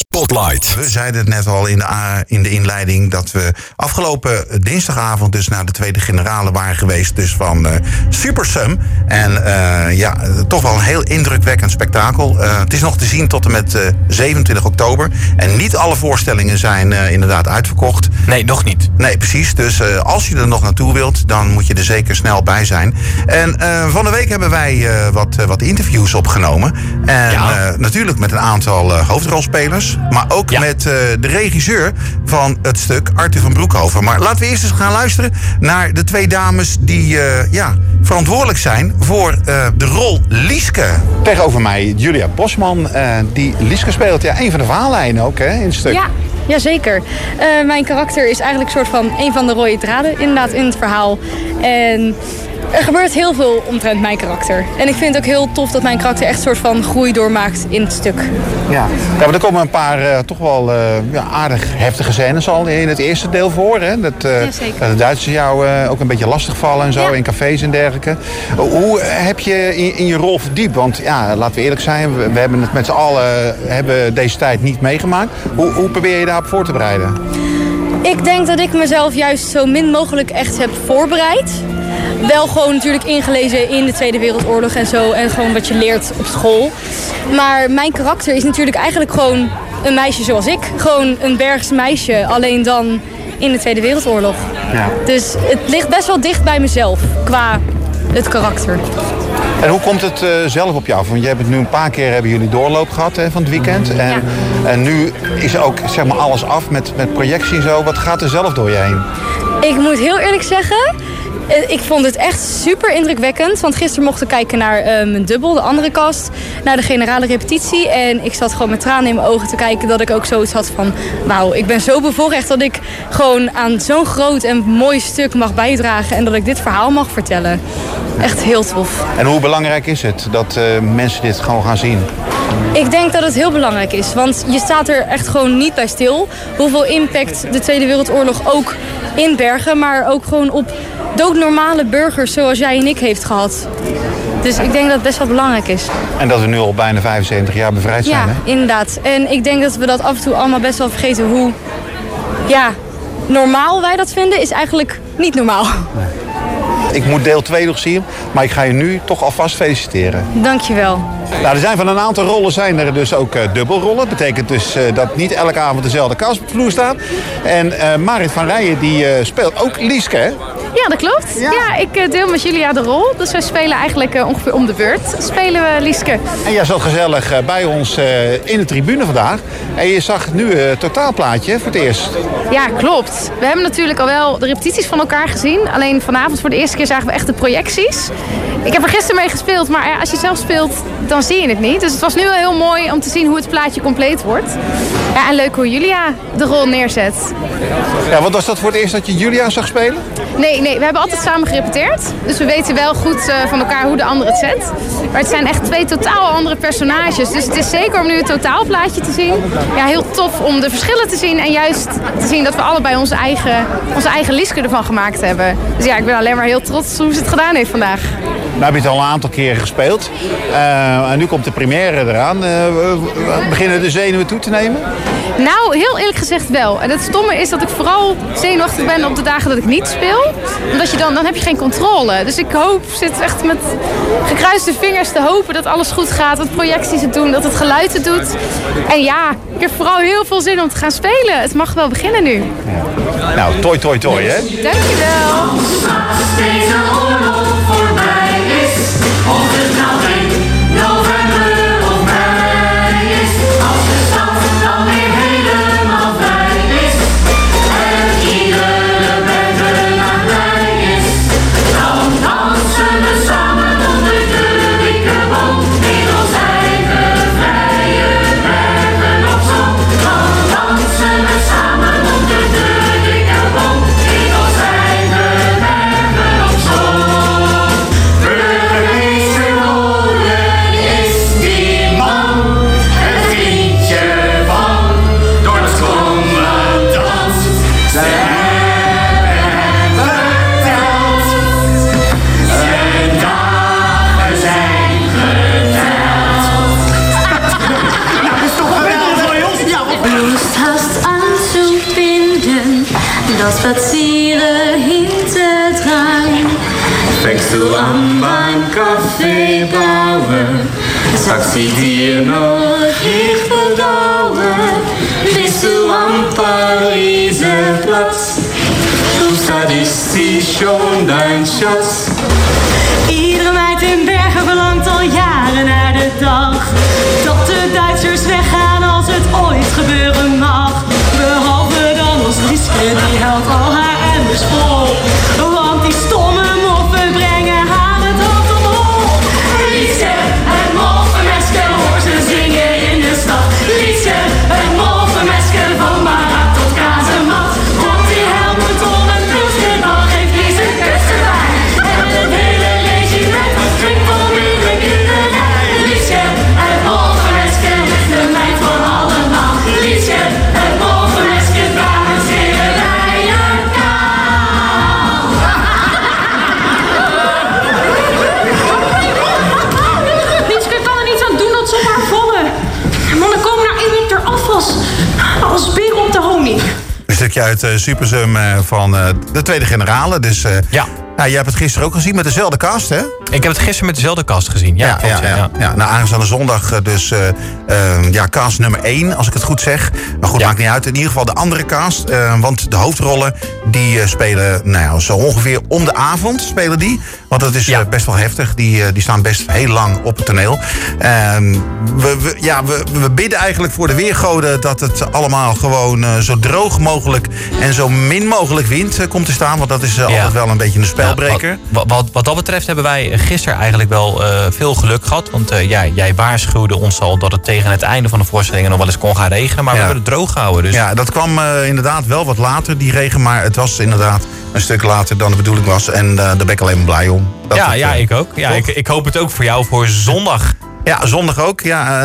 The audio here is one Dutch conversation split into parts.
Spotlight. We zeiden het net al in de inleiding dat we afgelopen dinsdagavond dus naar de tweede generale waren geweest. Dus van Supersum. En toch wel een heel indrukwekkend spektakel. Het is nog te zien tot en met 27 oktober. En niet alle voorstellingen zijn inderdaad uitverkocht. Nee, nog niet. Nee, precies. Dus als je er nog naartoe wilt, dan moet je er zeker snel bij zijn. En van de week hebben wij wat interviews opgenomen. En natuurlijk met een aantal hoofdrolspelers. Maar ook met de regisseur van het stuk, Arthur van Broekhoven. Maar laten we eerst eens gaan luisteren naar de twee dames die verantwoordelijk zijn voor de rol Lieske. Tegenover mij Julia Bosman, die Lieske speelt. Ja, een van de verhaallijnen ook in het stuk. Ja. Jazeker. Mijn karakter is eigenlijk soort van een van de rode draden inderdaad in het verhaal. En er gebeurt heel veel omtrent mijn karakter. En ik vind het ook heel tof dat mijn karakter echt een soort van groei doormaakt in het stuk. Ja, maar er komen een paar toch wel aardig heftige scènes al in het eerste deel voor. Hè? Dat de Duitsers jou ook een beetje lastig vallen en zo in cafés en dergelijke. Hoe heb je in je rol verdiept? Want ja, laten we eerlijk zijn, we hebben het met z'n allen deze tijd niet meegemaakt. Hoe probeer je daarop voor te bereiden? Ik denk dat ik mezelf juist zo min mogelijk echt heb voorbereid. Wel gewoon natuurlijk ingelezen in de Tweede Wereldoorlog en zo. En gewoon wat je leert op school. Maar mijn karakter is natuurlijk eigenlijk gewoon een meisje zoals ik. Gewoon een Bergs meisje, alleen dan in de Tweede Wereldoorlog. Ja. Dus het ligt best wel dicht bij mezelf qua het karakter. En hoe komt het zelf op jou? Want je hebt het nu een paar keer hebben jullie doorloop gehad van het weekend. En nu is ook zeg maar alles af met projectie en zo. Wat gaat er zelf door je heen? Ik moet heel eerlijk zeggen, ik vond het echt super indrukwekkend. Want gisteren mochten we kijken naar mijn dubbel, de andere cast. Naar de generale repetitie. En ik zat gewoon met tranen in mijn ogen te kijken. Dat ik ook zoiets had van, wauw, ik ben zo bevoorrecht dat ik gewoon aan zo'n groot en mooi stuk mag bijdragen. En dat ik dit verhaal mag vertellen. Echt heel tof. En hoe belangrijk is het dat mensen dit gewoon gaan zien? Ik denk dat het heel belangrijk is. Want je staat er echt gewoon niet bij stil. Hoeveel impact de Tweede Wereldoorlog ook in Bergen. Maar ook gewoon op doodnormale burgers zoals jij en ik heeft gehad. Dus ik denk dat het best wel belangrijk is. En dat we nu al bijna 75 jaar bevrijd zijn, hè? Ja, inderdaad. En ik denk dat we dat af en toe allemaal best wel vergeten hoe normaal wij dat vinden is eigenlijk niet normaal. Nee. Ik moet deel 2 nog zien, maar ik ga je nu toch alvast feliciteren. Dankjewel. Nou, er zijn van een aantal rollen zijn er dus ook dubbelrollen. Dat betekent dus dat niet elke avond dezelfde kast op de vloer staat. En Marit van Rijen die speelt ook Lieske, hè? Ja, dat klopt. Ja, ik deel met Julia de rol. Dus wij spelen eigenlijk ongeveer om de beurt. Spelen we Lieske. En jij zat gezellig bij ons in de tribune vandaag. En je zag nu het totaalplaatje voor het eerst. Ja, klopt. We hebben natuurlijk al wel de repetities van elkaar gezien. Alleen vanavond voor de eerste keer zagen we echt de projecties. Ik heb er gisteren mee gespeeld, maar als je zelf speelt, dan zie je het niet. Dus het was nu wel heel mooi om te zien hoe het plaatje compleet wordt. Ja, en leuk hoe Julia de rol neerzet. Ja, wat was dat voor het eerst dat je Julia zag spelen? Nee, we hebben altijd samen gerepeteerd. Dus we weten wel goed van elkaar hoe de ander het zet. Maar het zijn echt twee totaal andere personages. Dus het is zeker om nu het totaalplaatje te zien. Ja, heel tof om de verschillen te zien. En juist te zien dat we allebei onze eigen Lieske ervan gemaakt hebben. Dus ja, ik ben alleen maar heel trots hoe ze het gedaan heeft vandaag. Nou heb je het al een aantal keren gespeeld. En nu komt de première eraan. Beginnen de zenuwen toe te nemen? Nou, heel eerlijk gezegd wel. En het stomme is dat ik vooral zenuwachtig ben op de dagen dat ik niet speel. Omdat dan heb je geen controle. Dus ik zit echt met gekruiste vingers te hopen dat alles goed gaat. Dat projecties het doen, dat het geluid het doet. En ja, ik heb vooral heel veel zin om te gaan spelen. Het mag wel beginnen nu. Ja. Nou, toi, toi, toi, hè? Dankjewel. Als deze oorlog voorbij is, of het nou in november of mei is, als de stad dan weer helemaal vrij is, en iedere burger blij is, dan dansen we samen onder de dikke boom, in ons eigen vrije bergen op zoom. Dan dansen we samen onder de dikke boom, in ons eigen bergen op zoom. Burgemeester vast aan zu binden, das Spazieren hinterdrein. Fängst du an beim Kaffee bauen, sagst sie dir noch, ich bedauere, bist du am Pariser Platz, da ist sie schon dein Schatz. Iedere meid in Bergen verlangt al jaren naar de dag dat de Duitsers weggaan als het ooit gebeuren mag. Behalve dan ons Lieske, die houdt al haar emmers vol, want die stomme moffen brengen haar het hoofd omhoog. Lieske, het moffenmeske, hoor ze zingen in de stad. Lieske, het moffenmeske, van Barak tot Kazemat. Tot die Helmut om een bloesje, dan geeft Lies een kus erbij. En het hele regiment drinkt vol muren in de rij. Lieske, het moffenmeske, is de meid van allemaal. Lieske, het moffenmeske, dames heren, bij een kou. Lieske kan er niets aan doen dat ze op haar vallen. Mannen komen naar 1 meter afwas. Als beren op de honing. Een stukje uit Supersum van de tweede generale. Dus Ja. jij hebt het gisteren ook gezien met dezelfde cast, hè? Ik heb het gisteren met dezelfde cast gezien. Ja, klopt, ja. Nou, aanstaande zondag dus cast nummer 1, als ik het goed zeg. Maar goed, maakt niet uit. In ieder geval de andere cast. Want de hoofdrollen, die spelen zo ongeveer om de avond spelen die. Want dat is best wel heftig. Die staan best heel lang op het toneel. We bidden eigenlijk voor de weergoden dat het allemaal gewoon zo droog mogelijk en zo min mogelijk wind komt te staan. Want dat is altijd wel een beetje een spelbreker. Wat dat betreft hebben wij gisteren eigenlijk wel veel geluk gehad. Want jij waarschuwde ons al dat het tegen het einde van de voorstellingen nog wel eens kon gaan regenen. Maar we hebben het droog gehouden. Dus. Ja, dat kwam inderdaad wel wat later, die regen. Maar het was inderdaad een stuk later dan de bedoeling was. En daar ben ik alleen maar blij om. Ik ook. Ja, ik hoop het ook voor jou voor zondag. Ja, zondag ook.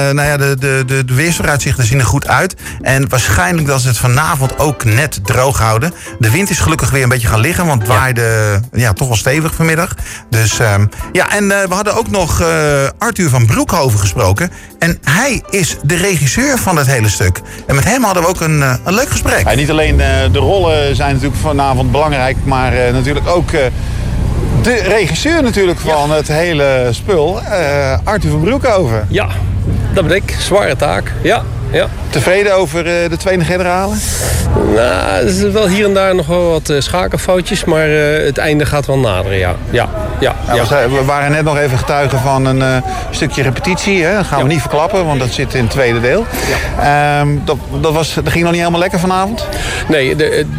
De weersvooruitzichten zien er goed uit. En waarschijnlijk dat ze het vanavond ook net droog houden. De wind is gelukkig weer een beetje gaan liggen. Want het waaide toch wel stevig vanmiddag. Dus we hadden ook nog Arthur van Broekhoven gesproken. En hij is de regisseur van het hele stuk. En met hem hadden we ook een leuk gesprek. Ja, niet alleen de rollen zijn natuurlijk vanavond belangrijk. Maar natuurlijk ook de regisseur natuurlijk van het hele spul. Arthur van Broekhoven. Ja, dat ben ik. Zware taak. Ja. Tevreden over de tweede generale? Nou, er is wel hier en daar nog wel wat schakelfoutjes, maar het einde gaat wel naderen, ja. We waren net nog even getuigen van een stukje repetitie. Hè? Dat gaan we niet verklappen, want dat zit in het tweede deel. Ja. Dat ging nog niet helemaal lekker vanavond? Nee,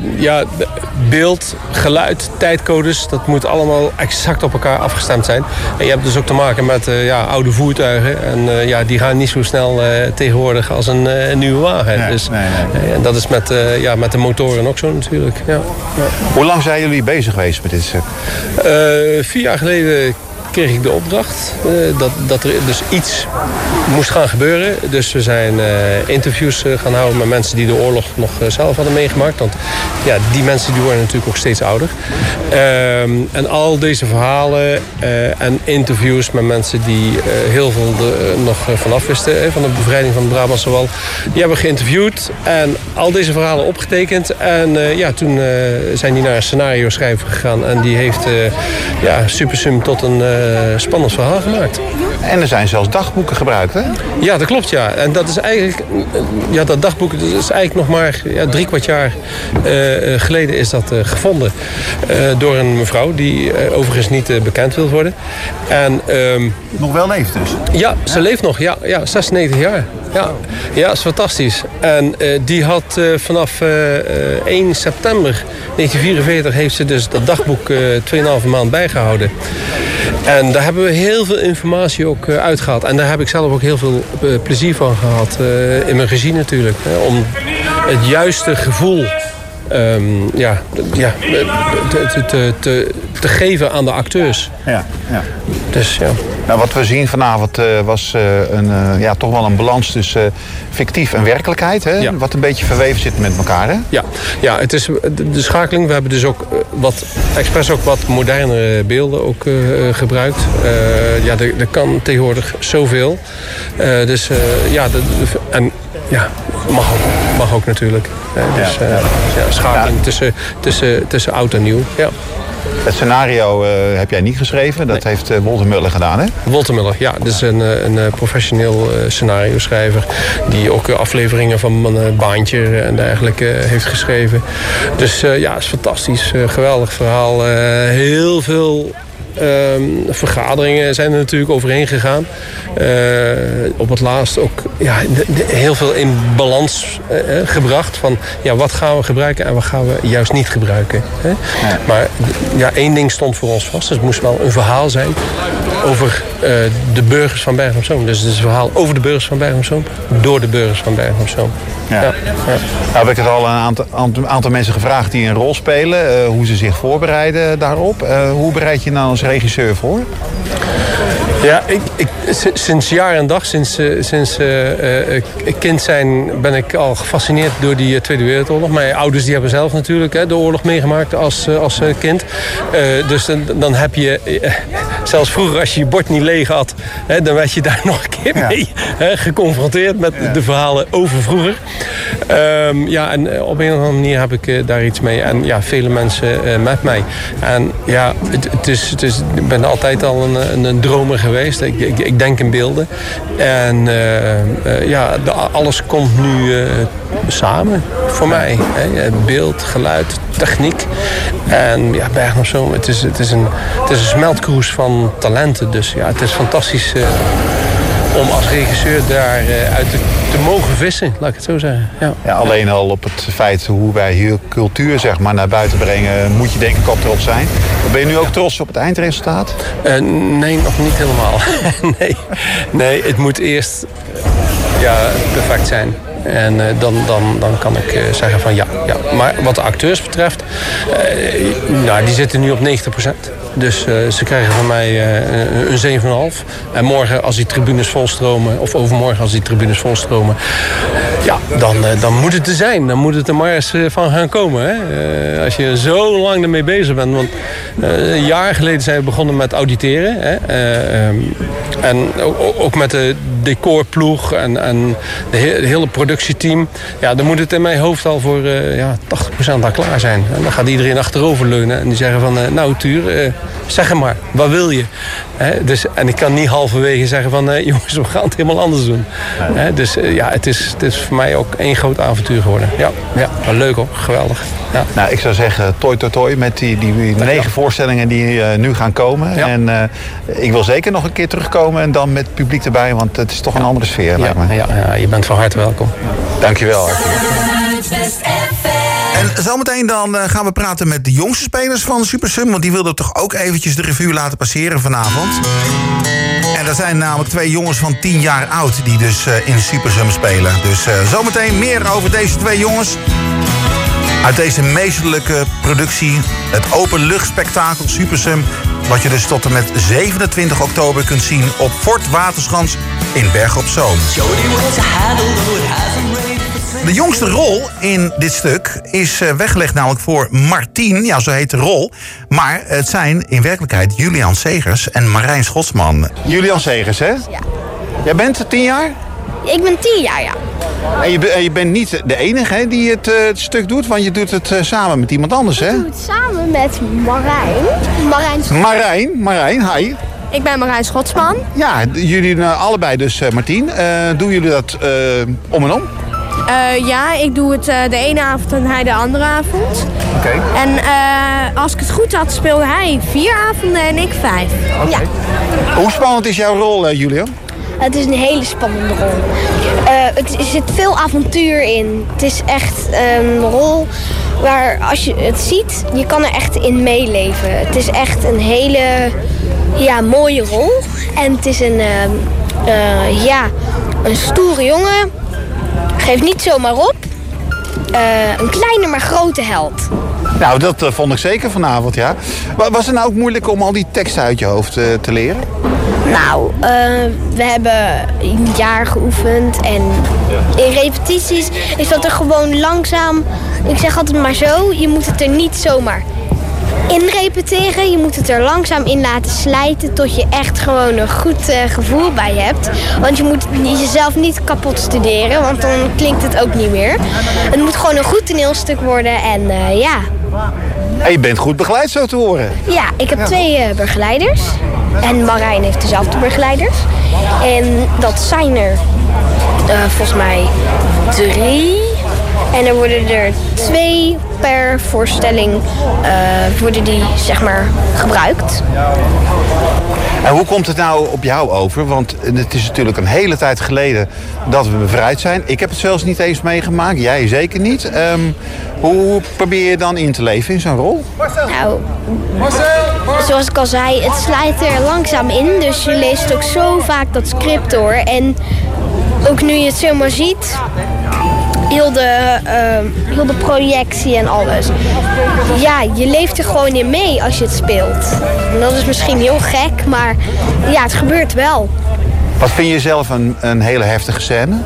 beeld, geluid, tijdcodes, dat moet allemaal exact op elkaar afgestemd zijn. En je hebt dus ook te maken met oude voertuigen. En die gaan niet zo snel tegenwoordig als een nieuwe wagen. Nee, dus, nee. En dat is met de motoren ook zo natuurlijk. Ja. Hoe lang zijn jullie bezig geweest met dit stuk? 4 jaar geleden kreeg ik de opdracht dat er dus iets moest gaan gebeuren. Dus we zijn interviews gaan houden met mensen die de oorlog nog zelf hadden meegemaakt. Want die mensen die worden natuurlijk ook steeds ouder. En al deze verhalen en interviews met mensen die heel veel nog vanaf wisten van de bevrijding van de Brabantse Wal. Die hebben we geïnterviewd en al deze verhalen opgetekend. En toen zijn die naar een scenario schrijver gegaan. En die heeft Supersum tot een spannend verhaal gemaakt. En er zijn zelfs dagboeken gebruikt, hè? Ja, dat klopt, ja. En dat is eigenlijk... dat dagboek is eigenlijk nog maar 3/4 jaar geleden is dat gevonden. Door een mevrouw die overigens niet bekend wil worden. En, nog wel leeft dus? Ja, ze leeft nog. Ja, 96 jaar. Ja, is fantastisch. En die had vanaf 1 september 1944 heeft ze dus dat dagboek 2,5 maand bijgehouden. En daar hebben we heel veel informatie ook uitgehaald. En daar heb ik zelf ook heel veel plezier van gehad. In mijn regie natuurlijk. Om het juiste gevoel te geven aan de acteurs. Ja. Dus ja. Nou, wat we zien vanavond was toch wel een balans tussen fictief en werkelijkheid. Hè? Ja. Wat een beetje verweven zit met elkaar. Hè? Ja, het is de schakeling. We hebben dus ook expres ook wat modernere beelden ook, gebruikt. Er kan tegenwoordig zoveel. Mag ook natuurlijk. Schakeling tussen oud en nieuw. Ja. Het scenario heb jij niet geschreven. Dat heeft Wolter Muller gedaan, hè? Wolter Muller, ja. Dat is een professioneel scenario-schrijver. Die ook afleveringen van Baantje en dergelijke heeft geschreven. Dus het is fantastisch. Geweldig verhaal. Heel veel vergaderingen zijn er natuurlijk overheen gegaan. Op het laatst ook heel veel in balans gebracht. Van wat gaan we gebruiken en wat gaan we juist niet gebruiken. Hè? Ja. Maar één ding stond voor ons vast. Dus het moest wel een verhaal zijn over de burgers van Bergen op Zoom. Dus het is een verhaal over de burgers van Bergen op Zoom. Door de burgers van Bergen op Zoom. Ja. Nou heb ik het al een aantal mensen gevraagd die een rol spelen. Hoe ze zich voorbereiden daarop. Hoe bereid je nou als regisseur voor? Ja, sinds jaar en dag, sinds kind zijn, ben ik al gefascineerd door die Tweede Wereldoorlog. Mijn ouders die hebben zelf natuurlijk de oorlog meegemaakt als kind. Dus dan heb je, zelfs vroeger als je je bord niet leeg had, dan werd je daar nog een keer mee geconfronteerd met de verhalen over vroeger. En op een of andere manier heb ik daar iets mee. En vele mensen met mij. En ik ben altijd al een dromer geweest. Ik denk in beelden. En alles komt nu samen voor mij. Beeld, geluid, techniek. En Bergen op Zoom, het is een smeltkroes van talenten. Dus het is fantastisch om als regisseur daar uit te mogen vissen, laat ik het zo zeggen. Ja, alleen al op het feit hoe wij hier cultuur naar buiten brengen, moet je denk ik ook trots zijn. Ben je nu ook trots op het eindresultaat? Nee, nog niet helemaal. nee, het moet eerst perfect zijn. En dan kan ik zeggen van ja. Maar wat de acteurs betreft, die zitten nu op 90%. Dus ze krijgen van mij een 7,5. En morgen als die tribunes volstromen, of overmorgen als die tribunes volstromen, dan moet het er zijn. Dan moet het er maar eens van gaan komen. Hè? Als je zo lang ermee bezig bent. Want een jaar geleden zijn we begonnen met auditeren. Hè? En ook met de decorploeg en de hele productieteam. Dan moet het in mijn hoofd al voor 80% al klaar zijn. En dan gaat iedereen achterover leunen en die zeggen van Tuur, zeg hem maar, wat wil je? En ik kan niet halverwege zeggen van jongens, we gaan het helemaal anders doen. Het is voor mij ook één groot avontuur geworden. Ja, maar leuk hoor, geweldig. Ja. Nou, ik zou zeggen, toi met die 9 voorstellingen die nu gaan komen. Ja. En ik wil zeker nog een keer terugkomen en dan met het publiek erbij, want het is toch een andere sfeer, lijkt me. Ja, je bent van harte welkom. Dankjewel, Arthur. En zometeen dan gaan we praten met de jongste spelers van Supersum, want die wilden toch ook eventjes de revue laten passeren vanavond. En dat zijn namelijk 2 jongens van 10 jaar oud die dus in Supersum spelen. Dus zometeen meer over deze 2 jongens. Uit deze meesterlijke productie, het openluchtspektakel Supersum, wat je dus tot en met 27 oktober kunt zien op Fort Waterschans in Bergen op Zoom. De jongste rol in dit stuk is weggelegd namelijk voor Martien, ja zo heet de rol. Maar het zijn in werkelijkheid Julian Segers en Marijn Schotsman. Julian Segers, hè? Ja. Jij bent 10 jaar? Ik ben 10 jaar, ja. En je bent niet de enige hè, die het stuk doet, want je doet het samen met iemand anders, hè? Ik doe het samen met Marijn. Marijn, hi. Ik ben Marijn Schotsman. Ja, jullie allebei dus, Martien. Doen jullie dat om en om? Ja, ik doe het de ene avond en hij de andere avond. Oké. En als ik het goed had, speelde hij 4 avonden en ik 5. Okay. Ja. Hoe spannend is jouw rol, Julian? Het is een hele spannende rol. Er zit veel avontuur in. Het is echt een rol waar als je het ziet, je kan er echt in meeleven. Het is echt een hele mooie rol. En het is een stoere jongen. Geeft niet zomaar op. Een kleine maar grote held. Nou, dat vond ik zeker vanavond, ja. Was het nou ook moeilijk om al die teksten uit je hoofd te leren? Nou, we hebben een jaar geoefend en in repetities is dat er gewoon langzaam, ik zeg altijd maar zo, je moet het er niet zomaar in repeteren. Je moet het er langzaam in laten slijten tot je echt gewoon een goed gevoel bij hebt. Want je moet jezelf niet kapot studeren, want dan klinkt het ook niet meer. Het moet gewoon een goed toneelstuk worden en ja. En je bent goed begeleid zo te horen. Ja, ik heb 2 begeleiders. En Marijn heeft dezelfde begeleiders. En dat zijn er volgens mij 3. En er worden er 2 per voorstelling worden die, zeg maar, gebruikt. En hoe komt het nou op jou over? Want het is natuurlijk een hele tijd geleden dat we bevrijd zijn. Ik heb het zelfs niet eens meegemaakt. Jij zeker niet. Hoe probeer je dan in te leven in zo'n rol? Nou, zoals ik al zei, het slijt er langzaam in. Dus je leest ook zo vaak dat script door. En ook nu je het zomaar ziet, heel de projectie en alles. Ja, je leeft er gewoon in mee als je het speelt. En dat is misschien heel gek, maar ja, het gebeurt wel. Wat vind je zelf een hele heftige scène?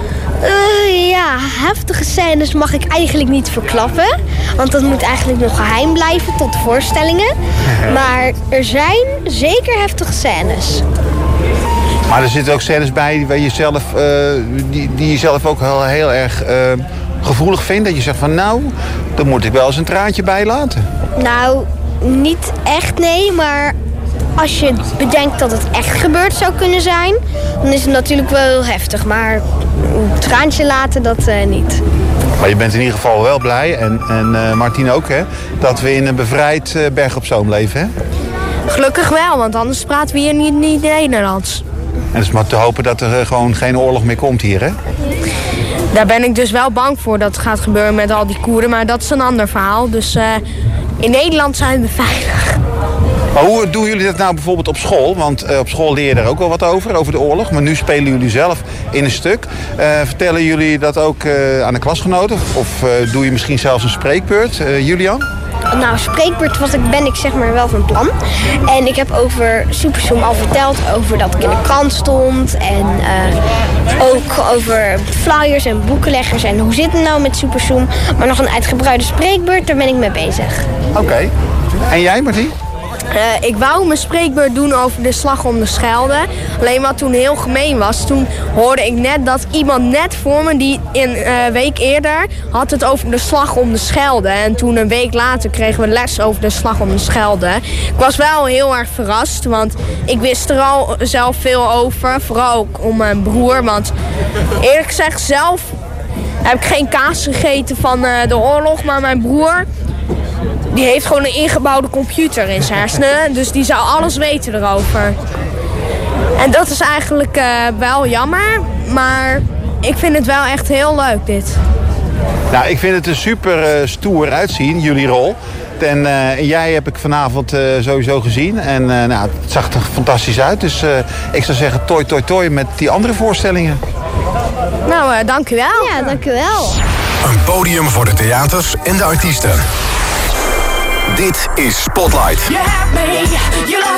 Ja, heftige scènes mag ik eigenlijk niet verklappen. Want dat moet eigenlijk nog geheim blijven tot de voorstellingen. Maar er zijn zeker heftige scènes. Maar er zitten ook scènes bij waar je zelf, die je zelf ook heel erg gevoelig vindt. Dat je zegt van nou, daar moet ik wel eens een traantje bij laten. Nou, niet echt nee, maar als je bedenkt dat het echt gebeurd zou kunnen zijn, dan is het natuurlijk wel heel heftig. Maar een traantje laten, dat niet. Maar je bent in ieder geval wel blij, en Martien ook, hè, dat we in een bevrijd Bergen op Zoom leven, hè? Gelukkig wel, want anders praten we hier niet Nederlands. En het is maar te hopen dat er gewoon geen oorlog meer komt hier, hè? Daar ben ik dus wel bang voor dat het gaat gebeuren met al die Koerden, maar dat is een ander verhaal. Dus in Nederland zijn we veilig. Maar hoe doen jullie dat nou bijvoorbeeld op school? Want op school leer je er ook wel wat over de oorlog. Maar nu spelen jullie zelf in een stuk. Vertellen jullie dat ook aan de klasgenoten? Of doe je misschien zelfs een spreekbeurt? Julian? Nou, spreekbeurt ben ik zeg maar wel van plan. En ik heb over Super Zoom al verteld over dat ik in de krant stond. En ook over flyers en boekenleggers en hoe zit het nou met Super Zoom. Maar nog een uitgebreide spreekbeurt, daar ben ik mee bezig. Oké. En jij, Martien? Ik wou mijn spreekbeurt doen over de slag om de Schelde. Alleen wat toen heel gemeen was, toen hoorde ik net dat iemand net voor me, die een week eerder, had het over de slag om de Schelde. En toen een week later kregen we les over de slag om de Schelde. Ik was wel heel erg verrast, want ik wist er al zelf veel over. Vooral ook om mijn broer, want eerlijk gezegd zelf heb ik geen kaas gegeten van de oorlog, maar mijn broer, die heeft gewoon een ingebouwde computer in zijn hersenen. Dus die zou alles weten erover. En dat is eigenlijk wel jammer. Maar ik vind het wel echt heel leuk, dit. Nou, ik vind het er super stoer uitzien, jullie rol. En jij heb ik vanavond sowieso gezien. En nou, het zag er fantastisch uit. Dus ik zou zeggen toi toi toi met die andere voorstellingen. Nou, dank u wel. Ja, dank u wel. Een podium voor de theaters en de artiesten. Dit is Spotlight. You have me, you